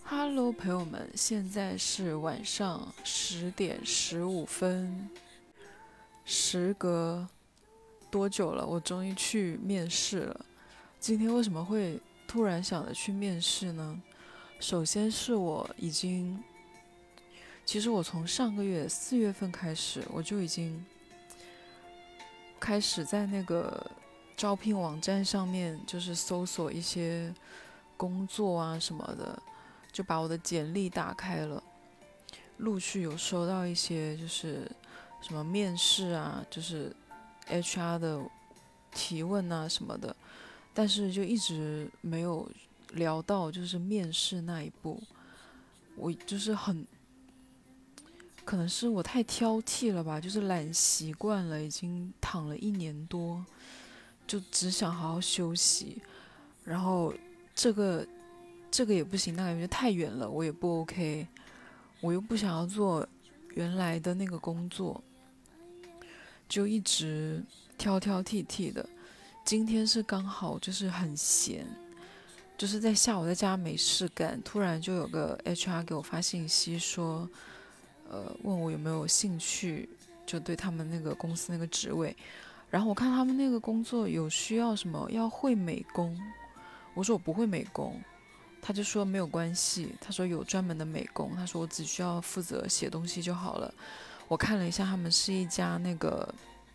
Hello，朋友们，现在是晚上10点15分。时隔多久了？我终于去面试了。今天为什么会突然想着去面试呢？首先是其实我从上个月4月份开始，我就已经开始在那个招聘网站上面，就是搜索一些工作啊什么的，就把我的简历打开了。陆续有收到一些就是什么面试啊，就是 HR 的提问啊什么的，但是就一直没有聊到就是面试那一步。我就是可能是我太挑剔了吧，就是懒习惯了，已经躺了1年多，就只想好好休息。然后这个这个也不行，那个也太远了，我也不 OK，我又不想要做原来的那个工作，就一直挑剔的。今天是刚好就是很闲，就是在下午在家没事干，突然就有个 HR 给我发信息说，问我有没有兴趣，就对他们那个公司那个职位。然后我看他们那个工作有需要什么要会美工，我说我不会美工，他就说没有关系，他说有专门的美工，他说我只需要负责写东西就好了。我看了一下，他们是一家那个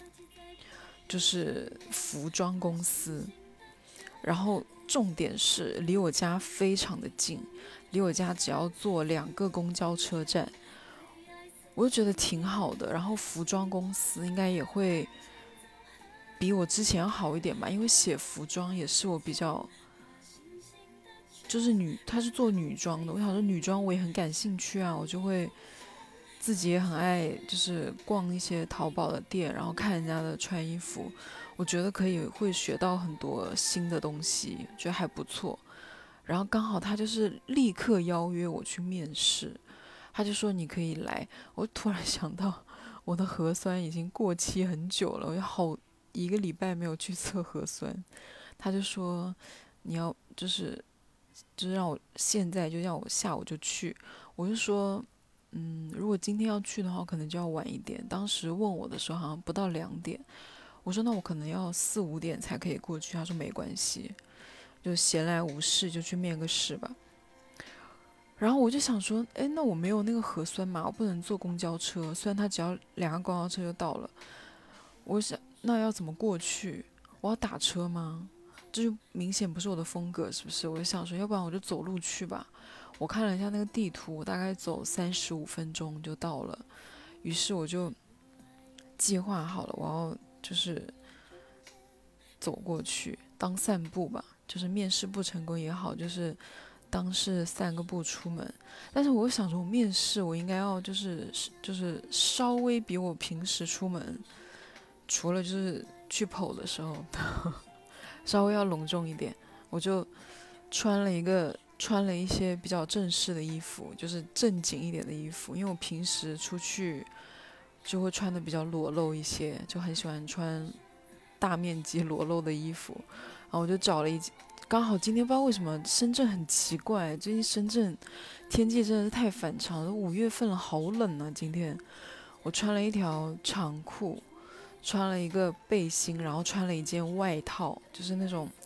就是服装公司，然后重点是离我家非常的近，离我家只要坐2个公交车站，我就觉得挺好的。然后服装公司应该也会比我之前要好一点吧，因为写服装也是我比较，就是她是做女装的，我想说女装我也很感兴趣啊，我就会自己也很爱，就是逛一些淘宝的店，然后看人家的穿衣服，我觉得会学到很多新的东西，觉得还不错。然后刚好他就是立刻邀约我去面试，他就说你可以来。我突然想到我的核酸已经过期很久了，我好1个礼拜没有去测核酸。他就说你要就是让我现在就让我下午就去。我就说如果今天要去的话，可能就要晚一点。当时问我的时候好像不到2点，我说那我可能要4、5点才可以过去。他说没关系，就闲来无事就去面个试吧。然后我就想说，哎，那我没有那个核酸嘛，我不能坐公交车，虽然它只要2个公交车就到了。我想那要怎么过去？我要打车吗？这就明显不是我的风格，是不是？我就想说，要不然我就走路去吧。我看了一下那个地图，我大概走35分钟就到了。于是我就计划好了，我要就是走过去当散步吧，就是面试不成功也好，就是当是散个步出门。但是我想说，我面试我应该要就是稍微比我平时出门，除了就是去跑的时候，稍微要隆重一点。我就穿了一些比较正式的衣服，就是正经一点的衣服，因为我平时出去就会穿的比较裸露一些，就很喜欢穿大面积裸露的衣服。然后我就找了刚好今天不知道为什么深圳很奇怪，最近深圳天气真的是太反常了，5月份了，好冷啊！今天我穿了一条长裤，穿了一个背心，然后穿了一件外套，就是那种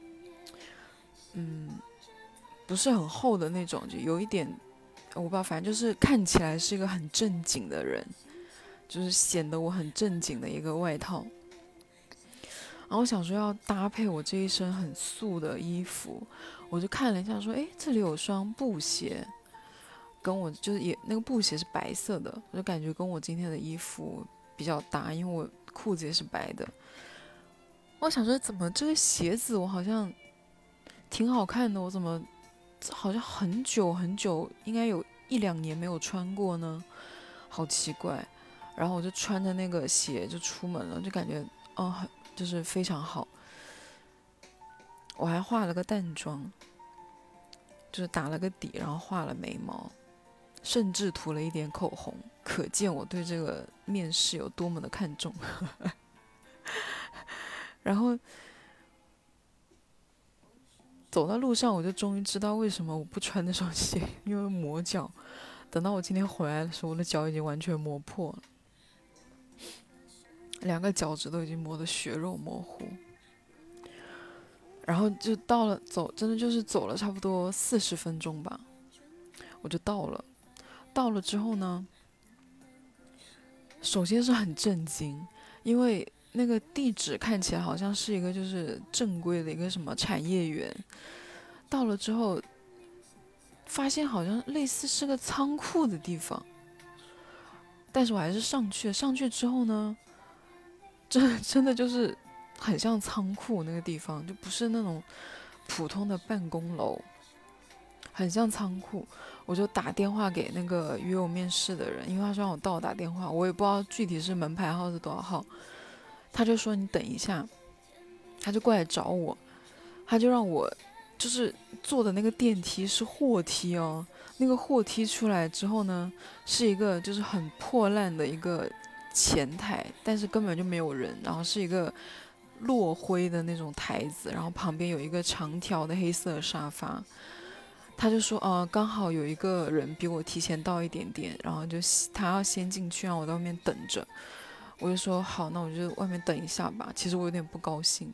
不是很厚的那种，就有一点我不知道，反正就是看起来是一个很正经的人，就是显得我很正经的一个外套。然后我想说要搭配我这一身很素的衣服，我就看了一下，说，哎，这里有双布鞋，跟我就是也那个布鞋是白色的，我就感觉跟我今天的衣服比较搭，因为我裤子也是白的。我想说，怎么这个鞋子我好像挺好看的，我怎么好像很久很久，应该有1、2年没有穿过呢？好奇怪。然后我就穿着那个鞋就出门了，就感觉就是非常好。我还化了个淡妆，就是打了个底，然后画了眉毛，甚至涂了一点口红，可见我对这个面试有多么的看重。然后走到路上，我就终于知道为什么我不穿那双鞋，因为磨脚。等到我今天回来的时候，我的脚已经完全磨破了，两个脚趾都已经磨得血肉模糊。然后就到了，真的就是走了差不多40分钟吧，我就到了。到了之后呢，首先是很震惊，因为那个地址看起来好像是一个就是正规的一个什么产业园。到了之后，发现好像类似是个仓库的地方，但是我还是上去了。上去之后呢，真的就是很像仓库那个地方，就不是那种普通的办公楼，很像仓库。我就打电话给那个约我面试的人，因为他说让我到我打电话，我也不知道具体是门牌号是多少号，他就说你等一下，他就过来找我，他就让我就是坐的那个电梯是货梯哦，那个货梯出来之后呢，是一个就是很破烂的一个前台，但是根本就没有人，然后是一个落灰的那种台子，然后旁边有一个长条的黑色的沙发。他就说，刚好有一个人比我提前到一点点，然后他要先进去，让我在外面等着。我就说好，那我就外面等一下吧。其实我有点不高兴，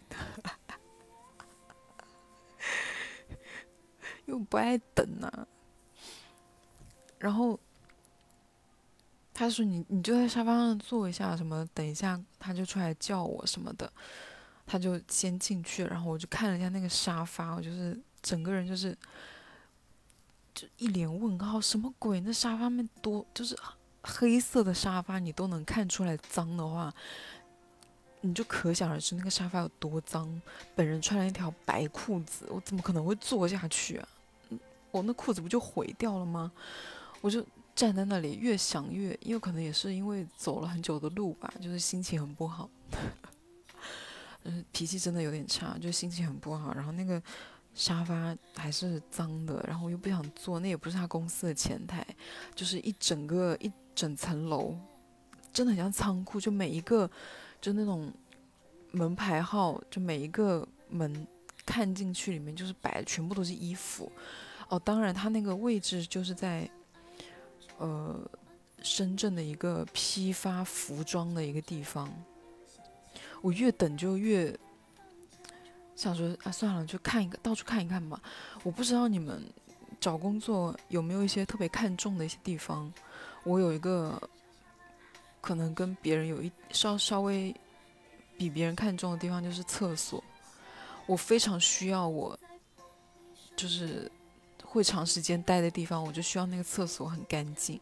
因为我不爱等啊。然后他说你就在沙发上坐一下，什么等一下他就出来叫我什么的。他就先进去，然后我就看了一下那个沙发，我就是整个人就一脸问号，什么鬼？那沙发面多就是黑色的沙发，你都能看出来脏的话，你就可想而知那个沙发有多脏。本人穿了一条白裤子，我怎么可能会坐下去啊？我那裤子不就毁掉了吗？我就站在那里，越想越，因为可能也是因为走了很久的路吧，就是心情很不好，脾气真的有点差，就心情很不好。然后那个沙发还是脏的，然后我又不想坐，那也不是他公司的前台，就是一整层楼，真的很像仓库，就每一个就那种门牌号，就每一个门看进去里面就是摆的全部都是衣服。哦，当然他那个位置就是在呃深圳的一个批发服装的一个地方。我越等就越想说啊，算了，就看一个，到处看一看吧。我不知道你们找工作有没有一些特别看重的一些地方。我有一个可能跟别人有稍微比别人看重的地方，就是厕所。我非常需要就是会长时间待的地方，我就需要那个厕所很干净。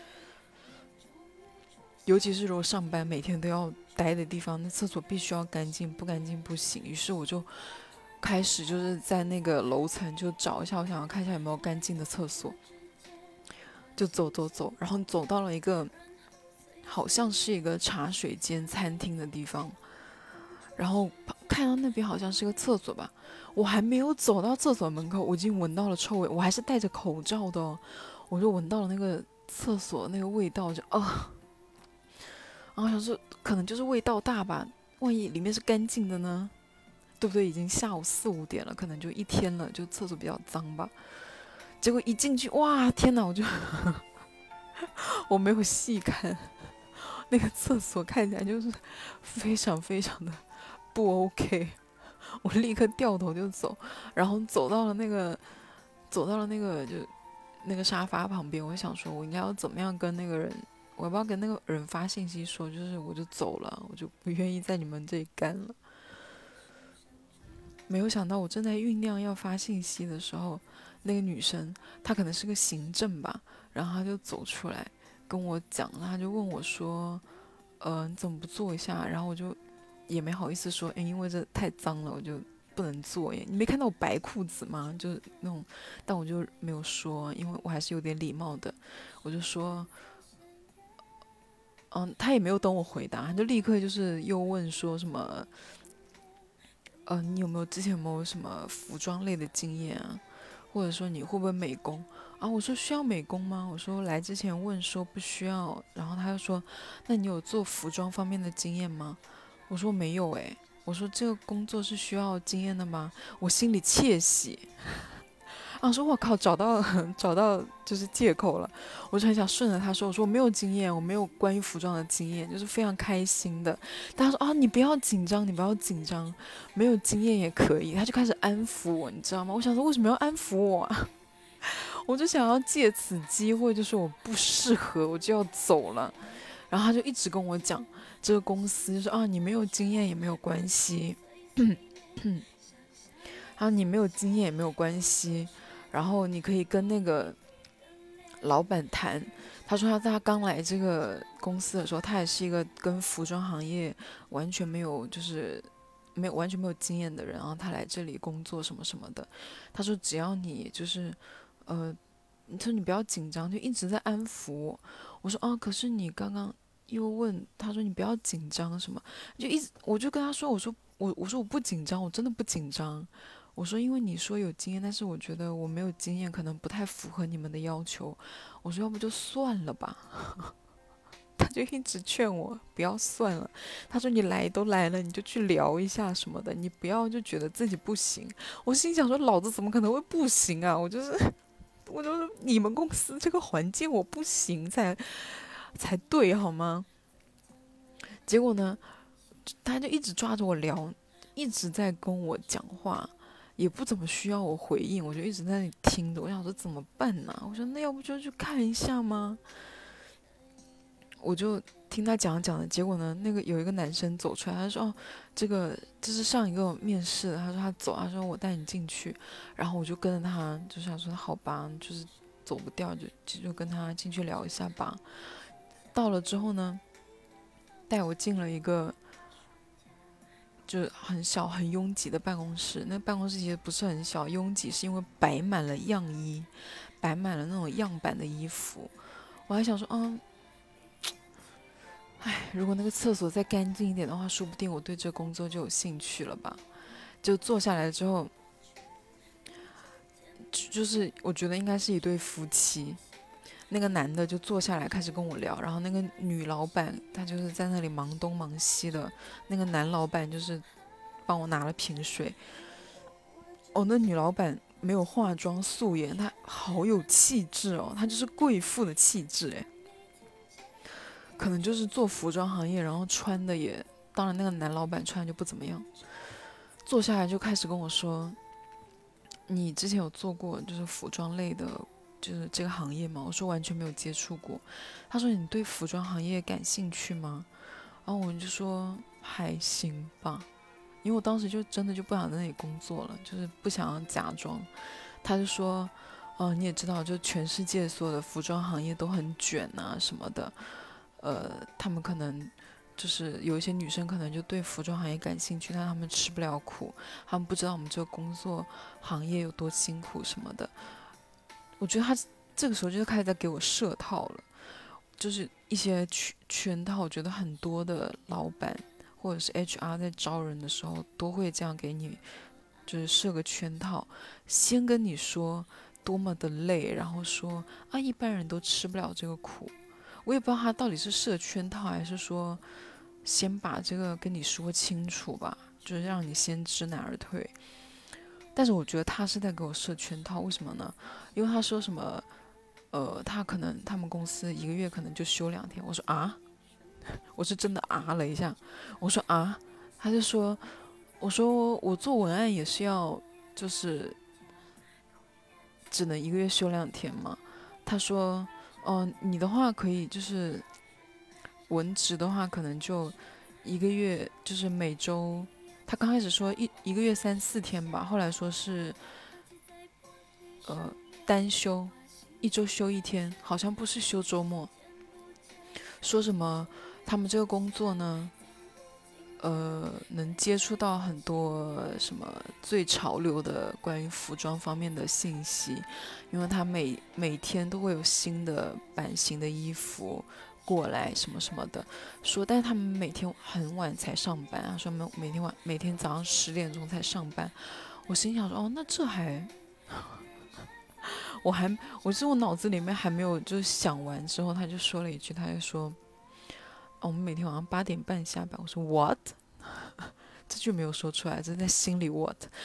尤其是如果上班每天都要待的地方，那厕所必须要干净，不干净不行。于是我就开始就是在那个楼层就找一下，我想要看一下有没有干净的厕所。就走，然后走到了一个好像是一个茶水间餐厅的地方，然后看到那边好像是个厕所吧。我还没有走到厕所门口，我已经闻到了臭味，我还是戴着口罩的哦，我就闻到了那个厕所那个味道，然后想说可能就是味道大吧，万一里面是干净的呢？对不对？已经下午4、5点了，可能就一天了，就厕所比较脏吧。结果一进去，哇，天哪！我没有细看那个厕所，看起来就是非常非常的不 OK。我立刻掉头就走，然后走到了那个就那个沙发旁边，我想说我应该要怎么样跟那个人，我要不要跟那个人发信息说，就是我就走了，我就不愿意在你们这里干了。没有想到我正在酝酿要发信息的时候，那个女生她可能是个行政吧，然后她就走出来跟我讲，她就问我说，你怎么不坐一下？然后我就也没好意思说，因为这太脏了，我就不能坐耶。你没看到我白裤子吗？就是那种，但我就没有说，因为我还是有点礼貌的，我就说，他也没有等我回答，他就立刻就是又问说什么，你之前有没有什么服装类的经验啊？或者说你会不会美工啊？我说需要美工吗？我说来之前问说不需要，然后他又说，那你有做服装方面的经验吗？我说没有诶。 我说这个工作是需要经验的吗？我心里窃喜。我说我靠，找到找到就是借口了。我就很想顺着他说，我说我没有经验，我没有关于服装的经验，就是非常开心的。但他说你不要紧张，你不要紧张，没有经验也可以。他就开始安抚我，你知道吗？我想说为什么要安抚我啊？我就想要借此机会，就是我不适合，我就要走了。然后他就一直跟我讲这个公司，就说你没有经验也没有关系，你没有经验也没有关系，然后你可以跟那个老板谈。他说他刚来这个公司的时候，他也是一个跟服装行业完全没有完全没有经验的人，然后他来这里工作什么什么的。他说只要你就是他说你不要紧张，就一直在安抚我。我说可是你刚刚又问，他说你不要紧张什么，我就跟他说，我说我不紧张，我真的不紧张。我说因为你说有经验，但是我觉得我没有经验，可能不太符合你们的要求。我说要不就算了吧。他就一直劝我不要算了。他说你来都来了，你就去聊一下什么的，你不要就觉得自己不行。我心想说老子怎么可能会不行啊？我就是你们公司这个环境我不行才对好吗？结果呢，他就一直抓着我聊，一直在跟我讲话，也不怎么需要我回应，我就一直在那里听着。我想说怎么办呢？我说那要不就去看一下吗？我就听他讲的，结果呢，那个有一个男生走出来，他说这是上一个面试的，他说他走，他说我带你进去。然后我就跟着他，就想说好吧，就是走不掉，就跟他进去聊一下吧。到了之后呢，带我进了一个就很小很拥挤的办公室。那办公室其实不是很小，拥挤是因为摆满了样衣，摆满了那种样板的衣服。我还想说如果那个厕所再干净一点的话，说不定我对这工作就有兴趣了吧。就坐下来之后，就是我觉得应该是一对夫妻。那个男的就坐下来开始跟我聊，然后那个女老板她就是在那里忙东忙西的，那个男老板就是帮我拿了瓶水。那女老板没有化妆素颜，她好有气质哦，她就是贵妇的气质诶。可能就是做服装行业，然后穿的也，当然那个男老板穿的就不怎么样。坐下来就开始跟我说，你之前有做过就是服装类的，就是这个行业吗？我说完全没有接触过。他说你对服装行业感兴趣吗？然后我就说还行吧，因为我当时就真的就不想在那里工作了，就是不想要假装。他就说，你也知道，就全世界所有的服装行业都很卷啊什么的。他们可能就是有一些女生可能就对服装行业感兴趣，但他们吃不了苦，他们不知道我们这个工作行业有多辛苦什么的。我觉得他这个时候就开始在给我设套了，就是一些圈套。我觉得很多的老板或者是 HR 在招人的时候都会这样给你，就是设个圈套，先跟你说多么的累，然后说一般人都吃不了这个苦。我也不知道他到底是设圈套，还是说先把这个跟你说清楚吧，就是让你先知难而退。但是我觉得他是在给我设圈套，为什么呢？因为他说什么，他可能他们公司一个月可能就休2天。我说我是真的了一下。我说他就说，我说我做文案也是要，就是只能一个月休2天嘛。他说，你的话可以就是文职的话，可能就一个月就是每周，他刚开始说一个月3-4天吧，后来说是单休，一周休1天，好像不是休周末。说什么他们这个工作呢，能接触到很多什么最潮流的关于服装方面的信息，因为他每天都会有新的版型的衣服过来什么什么的。说但是他们每天很晚才上班，他说每天早上10点钟才上班。我心想说那这还我脑子里面还没有就是想完之后，他就说了一句，他就说我们每天晚上8点半下班。我说 what？ 这句没有说出来，这是在心里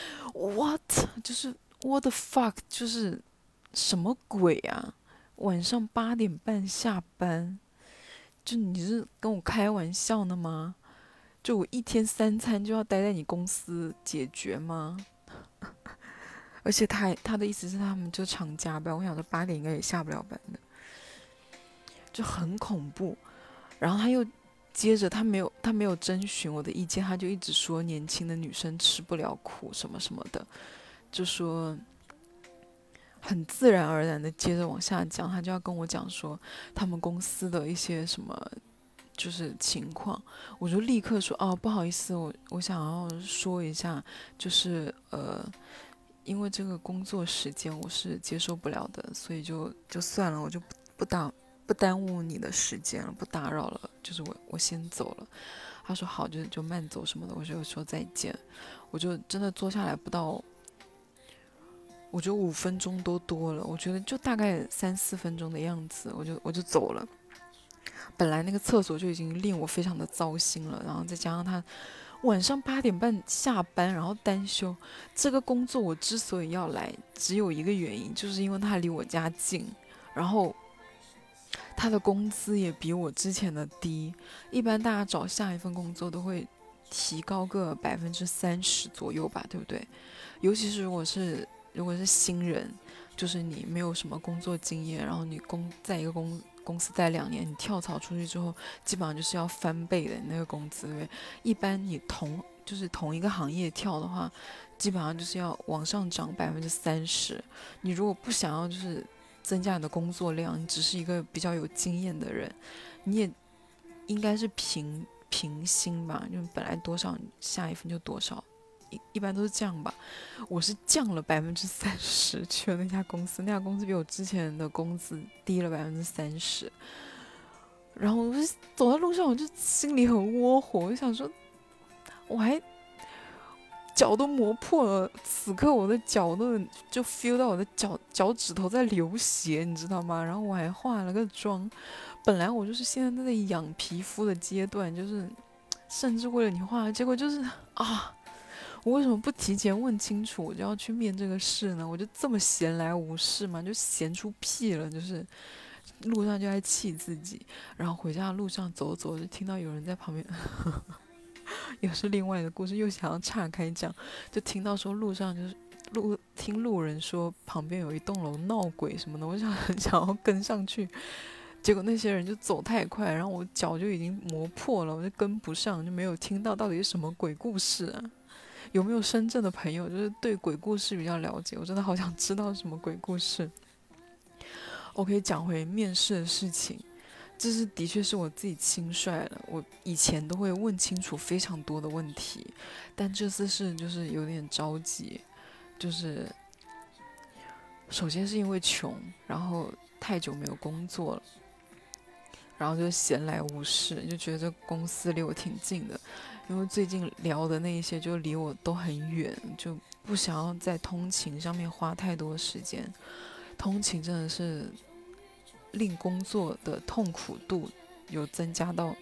what，就是 what the fuck，就是什么鬼啊？晚上8点半下班，就你是跟我开玩笑呢吗？就我一天3餐就要待在你公司解决吗？而且他的意思是他们就常加班，我想说8点应该也下不了班的，就很恐怖。然后他又接着他没有征询我的意见，他就一直说年轻的女生吃不了苦什么什么的，就说很自然而然的接着往下讲，他就要跟我讲说他们公司的一些什么就是情况，我就立刻说哦不好意思，我想要说一下，就是因为这个工作时间我是接受不了的，所以就算了，我就不耽误你的时间了，不打扰了，就是我先走了。他说好，就慢走什么的，我就说再见。我就真的坐下来不到，我觉得5分钟都多了，我觉得就大概3-4分钟的样子，我就走了。本来那个厕所就已经令我非常的糟心了，然后再加上他晚上8点半下班，然后单休。这个工作我之所以要来，只有一个原因，就是因为他离我家近，然后他的工资也比我之前的低。一般大家找下一份工作都会提高个30%左右吧，对不对？尤其是如果是新人，就是你没有什么工作经验，然后你在一个公司待2年，你跳槽出去之后，基本上就是要翻倍的那个工资，对不对？一般你就是同一个行业跳的话，基本上就是要往上涨30%。你如果不想要就是增加你的工作量，你只是一个比较有经验的人，你也应该是平薪吧，就本来多少，下一份就多少。一般都是这样吧，我是降了30%去了那家公司，那家公司比我之前的工资低了30%，然后我就走在路上，我就心里很窝火，我就想说，我还脚都磨破了，此刻我的脚都就 feel 到我的脚趾头在流血，你知道吗？然后我还化了个妆，本来我就是现在在养皮肤的阶段，就是甚至为了你化，结果就是啊。我为什么不提前问清楚我就要去面这个试呢？我就这么闲来无事嘛，就闲出屁了，就是路上就在气自己，然后回家的路上走走就听到有人在旁边，又是另外的故事，又想要岔开讲，就听到说路上就是听路人说旁边有一栋楼闹鬼什么的，我就很想要跟上去，结果那些人就走太快，然后我脚就已经磨破了，我就跟不上，就没有听到底是什么鬼故事啊。有没有深圳的朋友就是对鬼故事比较了解？我真的好想知道什么鬼故事。OK，讲回面试的事情，这是的确是我自己轻率了。我以前都会问清楚非常多的问题，但这次是就是有点着急，就是首先是因为穷，然后太久没有工作了，然后就闲来无事，就觉得这公司离我挺近的，因为最近聊的那一些就离我都很远，就不想要在通勤上面花太多时间。通勤真的是令工作的痛苦度有增加到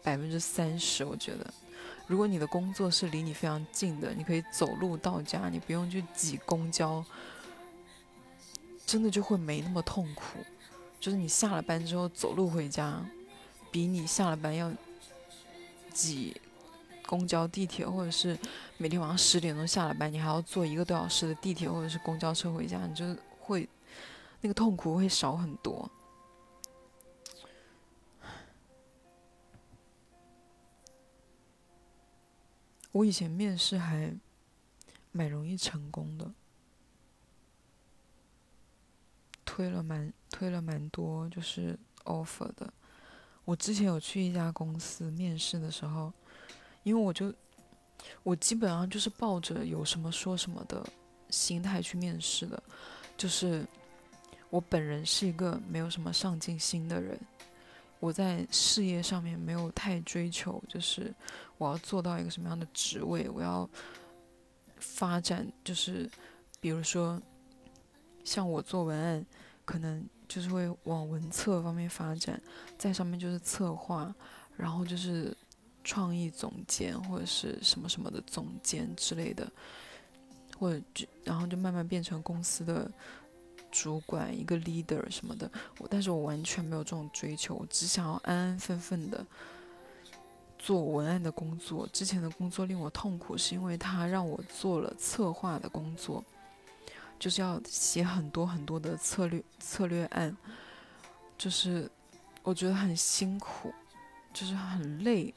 30%，我觉得。如果你的工作是离你非常近的，你可以走路到家，你不用去挤公交，真的就会没那么痛苦。就是你下了班之后走路回家，比你下了班要挤公交、地铁，或者是每天晚上10点钟下了班，你还要坐1个多小时的地铁或者是公交车回家，你就会那个痛苦会少很多。我以前面试还蛮容易成功的，推了蛮多就是 offer 的。我之前有去一家公司面试的时候，因为我基本上就是抱着有什么说什么的心态去面试的，就是我本人是一个没有什么上进心的人，我在事业上面没有太追求，就是我要做到一个什么样的职位，我要发展，就是比如说像我做文案，可能就是会往文策方面发展，在上面就是策划，然后就是创意总监或者是什么什么的总监之类的，或者然后就慢慢变成公司的主管，一个 leader 什么的。但是我完全没有这种追求，我只想要安安分分的做文案的工作。之前的工作令我痛苦，是因为它让我做了策划的工作，就是要写很多很多的策略案，就是我觉得很辛苦，就是很累，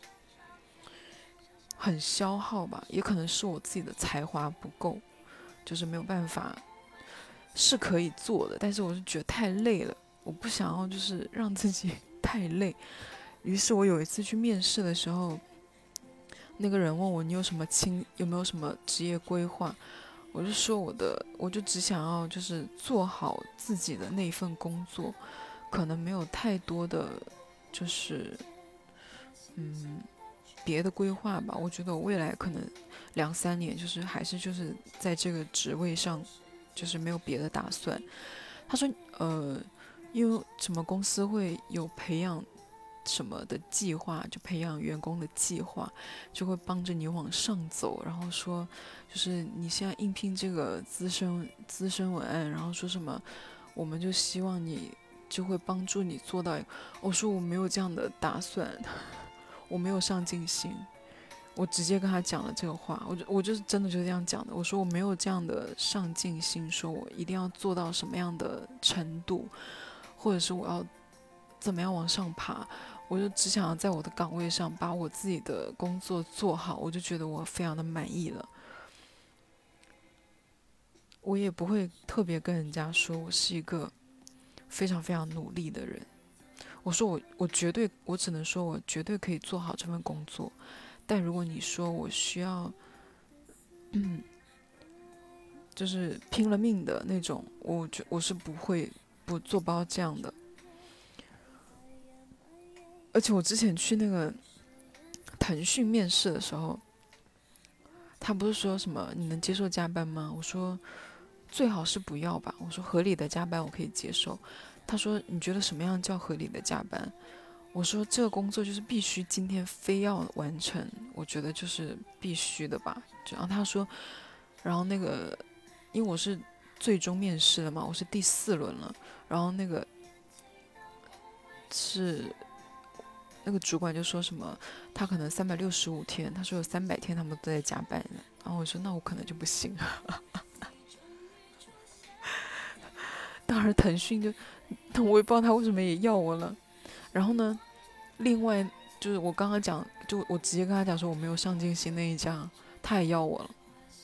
很消耗吧。也可能是我自己的才华不够，就是没有办法，是可以做的，但是我是觉得太累了，我不想要就是让自己太累。于是我有一次去面试的时候，那个人问我你有没有什么职业规划，我就说我就只想要就是做好自己的那份工作，可能没有太多的就是别的规划吧。我觉得我未来可能2-3年就是还是就是在这个职位上，就是没有别的打算。他说因为什么公司会有培养什么的计划，就培养员工的计划，就会帮着你往上走。然后说，就是你现在应聘这个资深文案，然后说什么，我们就希望你就会帮助你做到。我说我没有这样的打算，我没有上进心。我直接跟他讲了这个话，我就是真的就是这样讲的。我说我没有这样的上进心，说我一定要做到什么样的程度，或者是我要怎么样往上爬。我就只想要在我的岗位上把我自己的工作做好，我就觉得我非常的满意了。我也不会特别跟人家说我是一个非常非常努力的人。我说我只能说我绝对可以做好这份工作。但如果你说我需要就是拼了命的那种，我是不做包这样的。而且我之前去那个腾讯面试的时候，他不是说什么你能接受加班吗？我说最好是不要吧。我说合理的加班我可以接受。他说你觉得什么样叫合理的加班？我说这个工作就是必须今天非要完成，我觉得就是必须的吧。然后他说，然后那个因为我是最终面试了嘛，我是第4轮了，然后那个主管就说什么，他可能365天，他说有300天他们都在加班。然后我说那我可能就不行了。当时腾讯就，我也不知道他为什么也要我了。然后呢，另外就是我刚刚讲，就我直接跟他讲说我没有上进心那一家，他也要我了。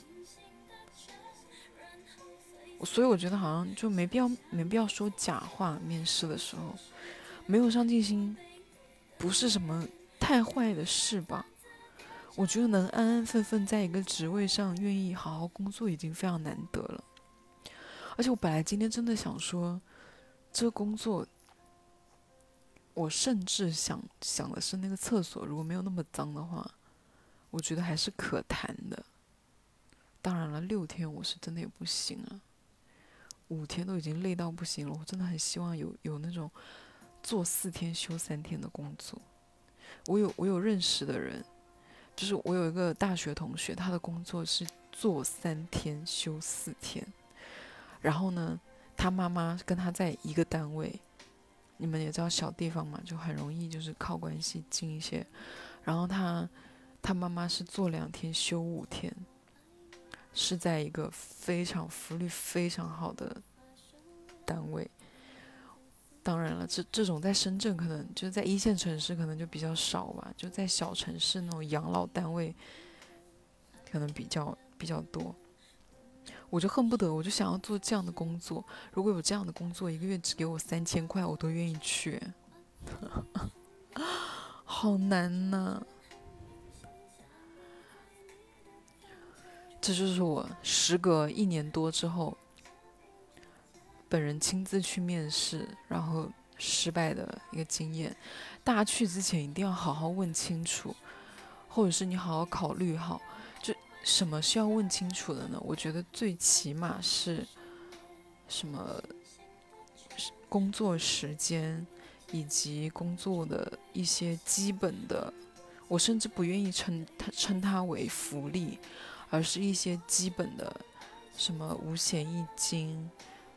所以我觉得好像就没必要说假话。面试的时候没有上进心不是什么太坏的事吧？我觉得能安安分分在一个职位上，愿意好好工作已经非常难得了。而且我本来今天真的想说，这个工作，我甚至想的是那个厕所如果没有那么脏的话，我觉得还是可谈的。当然了，6天我是真的也不行了，5天都已经累到不行了。我真的很希望有那种做4天休3天的工作。我有认识的人，就是我有一个大学同学，他的工作是做3天休4天。然后呢，他妈妈跟他在一个单位，你们也知道小地方嘛，就很容易就是靠关系近一些。然后他妈妈是做2天休5天，是在一个非常福利非常好的单位。当然了，这种在深圳可能就是在1线城市可能就比较少吧，就在小城市那种养老单位可能比较多。我就恨不得我就想要做这样的工作，如果有这样的工作，1个月只给我3000块，我都愿意去。好难呐！这就是我时隔1年多之后，本人亲自去面试，然后失败的一个经验。大家去之前一定要好好问清楚，或者是你好好考虑好，就什么是要问清楚的呢？我觉得最起码是什么工作时间，以及工作的一些基本的我甚至不愿意称它为福利，而是一些基本的什么五险一金，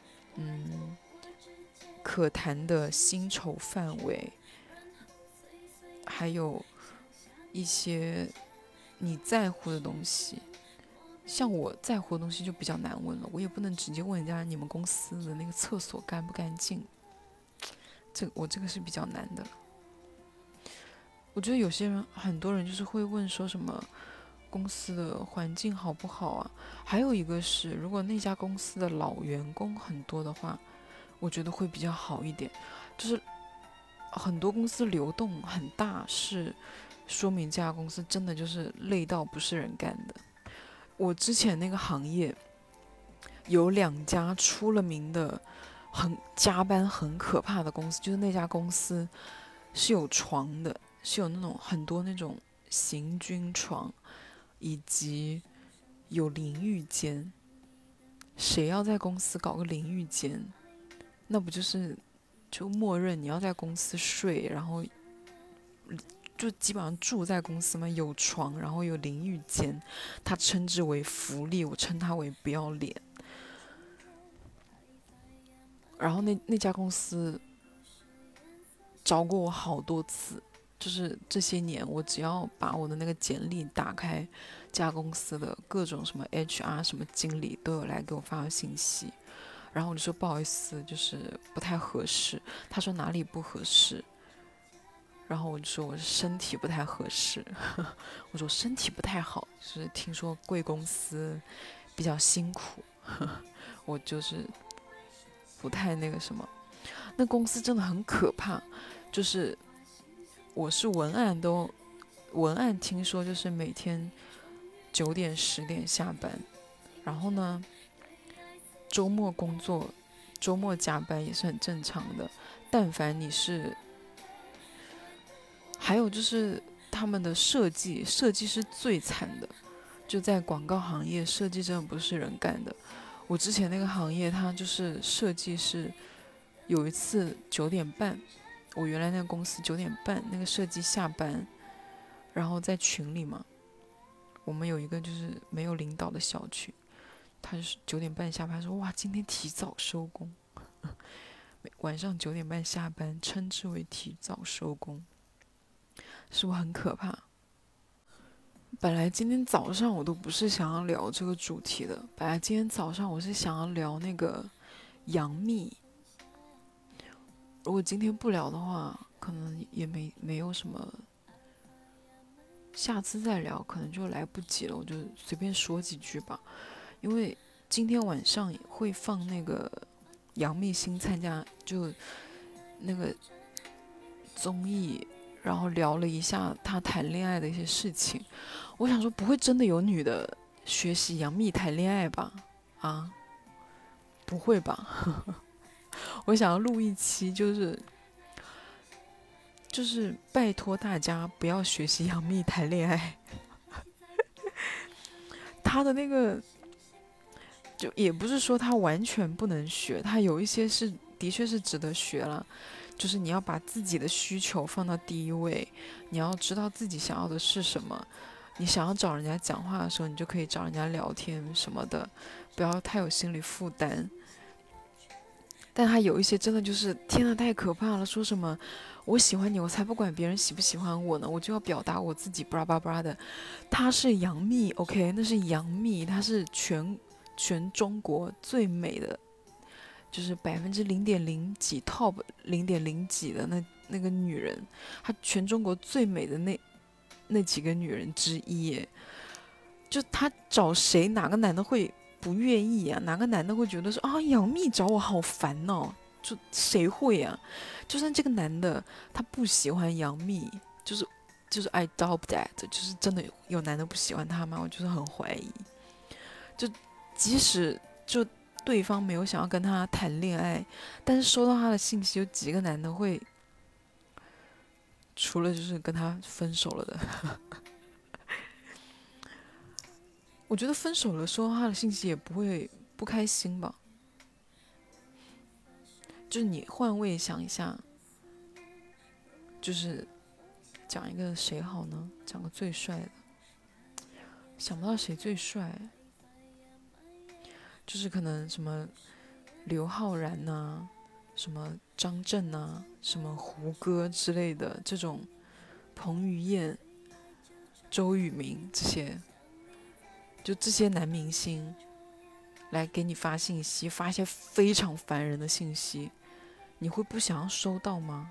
可谈的薪酬范围，还有一些你在乎的东西。像我在乎的东西就比较难问了，我也不能直接问人家你们公司的那个厕所干不干净，我这个是比较难的。我觉得有些人很多人就是会问说什么公司的环境好不好啊，还有一个是如果那家公司的老员工很多的话，我觉得会比较好一点。就是很多公司流动很大，是说明这家公司真的就是累到不是人干的。我之前那个行业有2家出了名的加班很可怕的公司，就是那家公司是有床的，是有那种很多那种行军床，以及有淋浴间。谁要在公司搞个淋浴间，那不就默认你要在公司睡，然后就基本上住在公司嘛，有床，然后有淋浴间，他称之为福利，我称它为不要脸。然后那家公司找过我好多次，就是这些年我只要把我的那个简历打开，这家公司的各种什么 HR 什么经理都有来给我发信息，然后我就说不好意思，就是不太合适。他说哪里不合适？然后我就说我身体不太合适，我说身体不太好，就是听说贵公司比较辛苦，我就是不太那个什么。那公司真的很可怕，就是我是文案听说就是每天9点10点下班，然后呢周末工作，周末加班也是很正常的。但凡你是还有就是他们的设计是最惨的，就在广告行业，设计真的不是人干的。我之前那个行业，它就是设计是有一次9点半，我原来那个公司9点半那个设计下班，然后在群里嘛，我们有一个就是没有领导的小群，他就是9点半下班说哇今天提早收工，晚上9点半下班称之为提早收工，是不是很可怕？本来今天早上我都不是想要聊这个主题的，本来今天早上我是想要聊那个杨幂，如果今天不聊的话，可能也没有什么，下次再聊可能就来不及了，我就随便说几句吧。因为今天晚上会放那个杨幂新参加就那个综艺，然后聊了一下她谈恋爱的一些事情。我想说，不会真的有女的学习杨幂谈恋爱吧？啊，不会吧？我想要录一期，就是拜托大家不要学习杨幂谈恋爱，她的那个就也不是说她完全不能学，她有一些是的确是值得学了。就是你要把自己的需求放到第一位，你要知道自己想要的是什么。你想要找人家讲话的时候，你就可以找人家聊天什么的，不要太有心理负担。但他有一些真的就是天呐，太可怕了！说什么我喜欢你，我才不管别人喜不喜欢我呢，我就要表达我自己，巴拉巴拉的。她是杨幂 ，OK， 那是杨幂，她是全中国最美的，就是0.0几 top 0.0几的那个女人，她全中国最美的那几个女人之一耶。就她找谁，哪个男的会不愿意啊？哪个男的会觉得说啊，杨幂找我好烦哦？就谁会啊？就算这个男的他不喜欢杨幂，就是 I doubt that， 就是真的有男的不喜欢他吗？我就是很怀疑。就即使就对方没有想要跟他谈恋爱，但是收到他的信息，有几个男的会除了就是跟他分手了的？我觉得分手了收到他的信息也不会不开心吧？就是你换位想一下，就是讲一个谁好呢？讲个最帅的，想不到谁最帅，就是可能什么刘昊然呐、什么张震呐、什么胡歌之类的这种，彭于晏、周渝民这些，就这些男明星来给你发信息，发一些非常烦人的信息，你会不想要收到吗？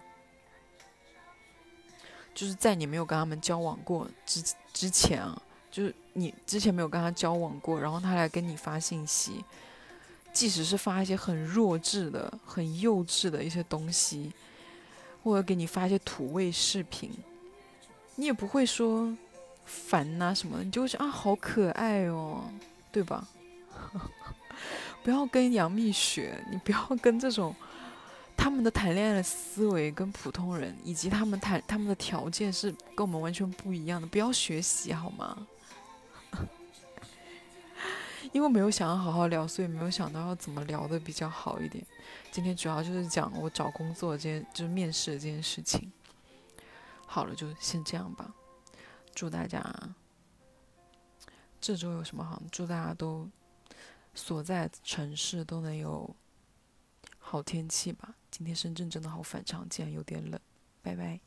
就是在你没有跟他们交往过之前啊，就是你之前没有跟他交往过，然后他来跟你发信息，即使是发一些很弱智的、很幼稚的一些东西，或者给你发一些土味视频，你也不会说烦呐、什么的，你就会说啊好可爱哦，对吧？不要跟杨幂学，你不要跟这种他们的谈恋爱的思维跟普通人以及他们的条件是跟我们完全不一样的，不要学习好吗？因为没有想要好好聊，所以没有想到要怎么聊的比较好一点。今天主要就是讲我找工作这件，就是面试的这件事情。好了，就先这样吧。祝大家这周有什么好？祝大家都所在城市都能有好天气吧。今天深圳真的好反常，竟然有点冷。拜拜。